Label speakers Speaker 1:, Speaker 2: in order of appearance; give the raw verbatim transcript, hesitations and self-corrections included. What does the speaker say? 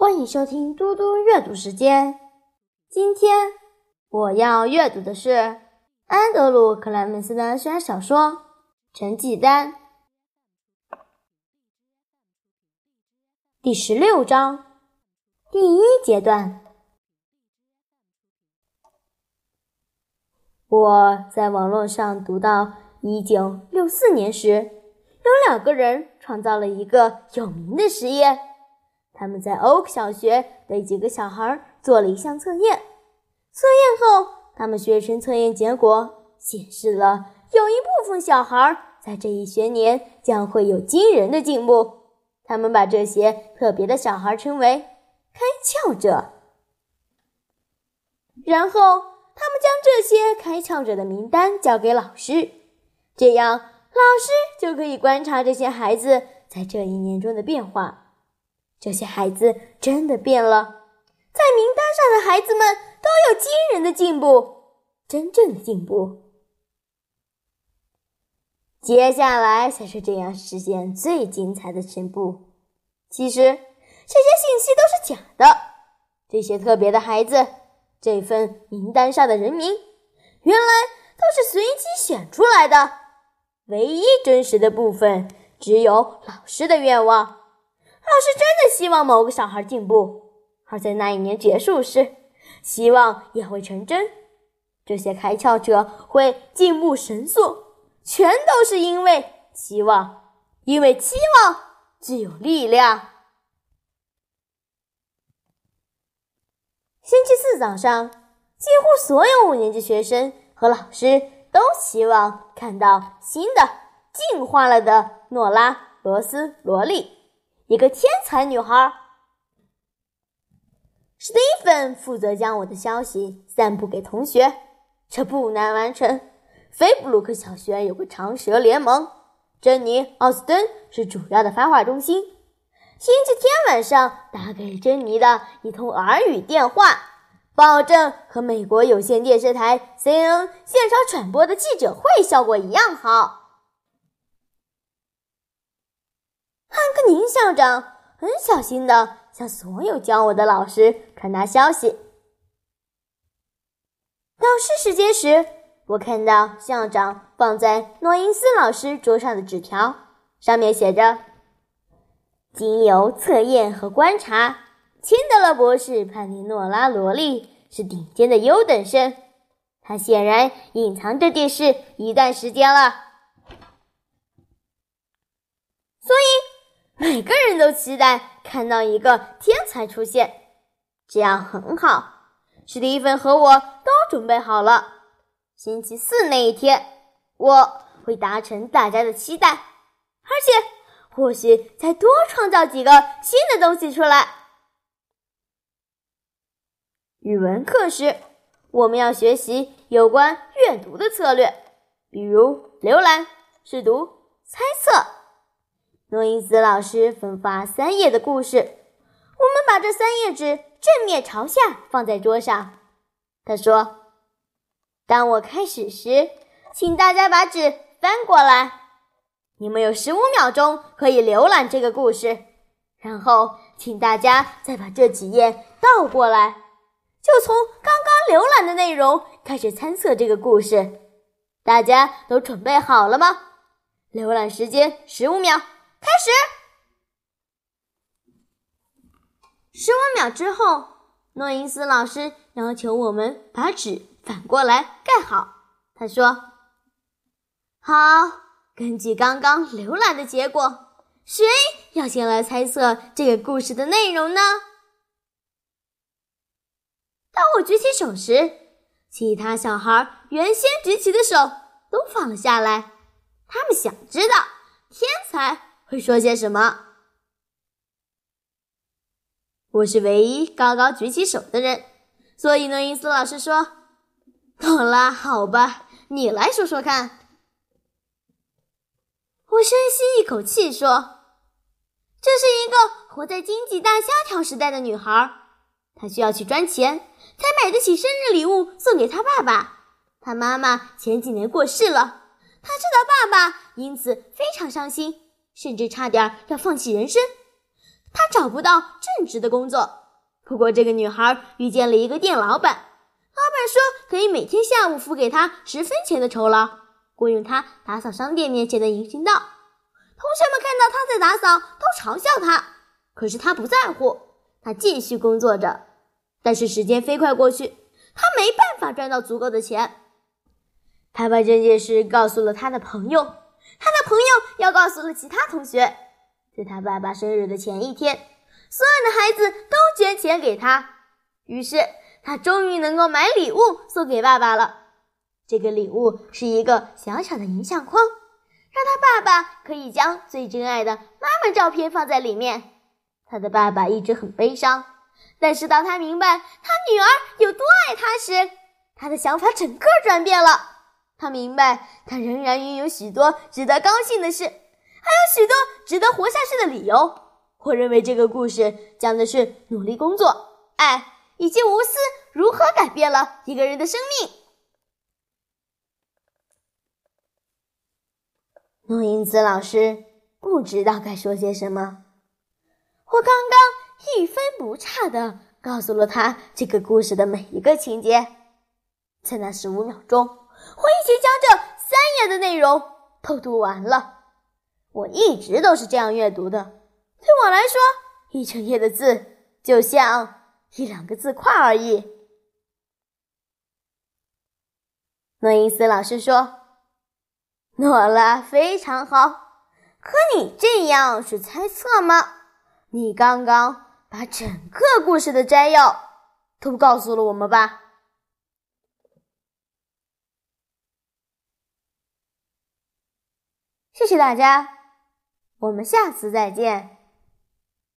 Speaker 1: 欢迎收听嘟嘟阅读时间。今天我要阅读的是安德鲁·克莱门斯的悬小说《成绩单》第十六章第一阶段。我在网络上读到一九六四年时，有两个人创造了一个有名的实验。他们在 Oak 小学对几个小孩做了一项测验，测验后他们学生测验结果显示了有一部分小孩在这一学年将会有惊人的进步。他们把这些特别的小孩称为开窍者，然后他们将这些开窍者的名单交给老师，这样老师就可以观察这些孩子在这一年中的变化。这些孩子真的变了，在名单上的孩子们都有惊人的进步，真正的进步。接下来才是这样实现最精彩的全部。其实这些信息都是假的，这些特别的孩子，这份名单上的人名，原来都是随机选出来的。唯一真实的部分只有老师的愿望。老师真的希望某个小孩进步，而在那一年结束时，希望也会成真。这些开窍者会进步神速，全都是因为期望，因为期望具有力量。星期四早上，几乎所有五年级学生和老师都希望看到新的进化了的诺拉·罗斯罗莉，一个天才女孩。史蒂芬负责将我的消息散布给同学，这不难完成。菲布鲁克小学有个长蛇联盟，珍妮·奥斯顿是主要的发话中心。星期天晚上打给珍妮的一通耳语电话，保证和美国有线电视台 C N N 现场传播的记者会效果一样好。汉克宁校长很小心地向所有教我的老师传达消息。考试时间时，我看到校长放在诺因斯老师桌上的纸条，上面写着：经由测验和观察，辛德勒博士判定诺拉·罗莉是顶尖的优等生。他显然隐藏这件事一段时间了，所以每个人都期待看到一个天才出现，这样很好。史蒂芬和我都准备好了。星期四那一天，我会达成大家的期待，而且或许再多创造几个新的东西出来。语文课时，我们要学习有关阅读的策略，比如浏览、试读、猜测。诺因斯老师分发三页的故事，我们把这三页纸正面朝下放在桌上。他说：当我开始时，请大家把纸翻过来。你们有十五秒钟可以浏览这个故事，然后请大家再把这几页倒过来，就从刚刚浏览的内容开始参测这个故事。大家都准备好了吗？浏览时间十五秒。开始！十五秒之后，诺因斯老师要求我们把纸反过来盖好。他说：好，根据刚刚浏览的结果，谁要先来猜测这个故事的内容呢？当我举起手时，其他小孩原先举起的手都放了下来，他们想知道天才会说些什么。我是唯一高高举起手的人，所以诺因斯老师说：诺拉，好吧，你来说说看。我深吸一口气说：这是一个活在经济大萧条时代的女孩，她需要去赚钱才买得起生日礼物送给她爸爸。她妈妈前几年过世了，她知道爸爸因此非常伤心，甚至差点要放弃人生。 她找不到正职的工作。不过这个女孩遇见了一个店老板，老板说可以每天下午付给她十分钱的酬劳，雇佣她打扫商店面前的人行道。同学们看到她在打扫，都嘲笑她，可是她不在乎，她继续工作着。但是时间飞快过去，她没办法赚到足够的钱。她把这件事告诉了她的朋友，她的朋友又告诉了其他同学。在她爸爸生日的前一天，所有的孩子都捐钱给她，于是她终于能够买礼物送给爸爸了。这个礼物是一个小小的影像框，让她爸爸可以将最珍爱的妈妈照片放在里面。她的爸爸一直很悲伤，但是当他明白他女儿有多爱他时，他的想法整个转变了。他明白他仍然拥有许多值得高兴的事，还有许多值得活下去的理由。我认为这个故事讲的是努力工作、爱以及无私如何改变了一个人的生命。诺因兹老师不知道该说些什么。我刚刚一分不差地告诉了他这个故事的每一个情节。在那十五秒钟，我已经将这三页的内容都读完了。我一直都是这样阅读的，对我来说，一整页的字就像一两个字块而已。诺因斯老师说，诺拉非常好，可你这样是猜测吗？你刚刚把整个故事的摘要都告诉了我们吧？谢谢大家，我们下次再见。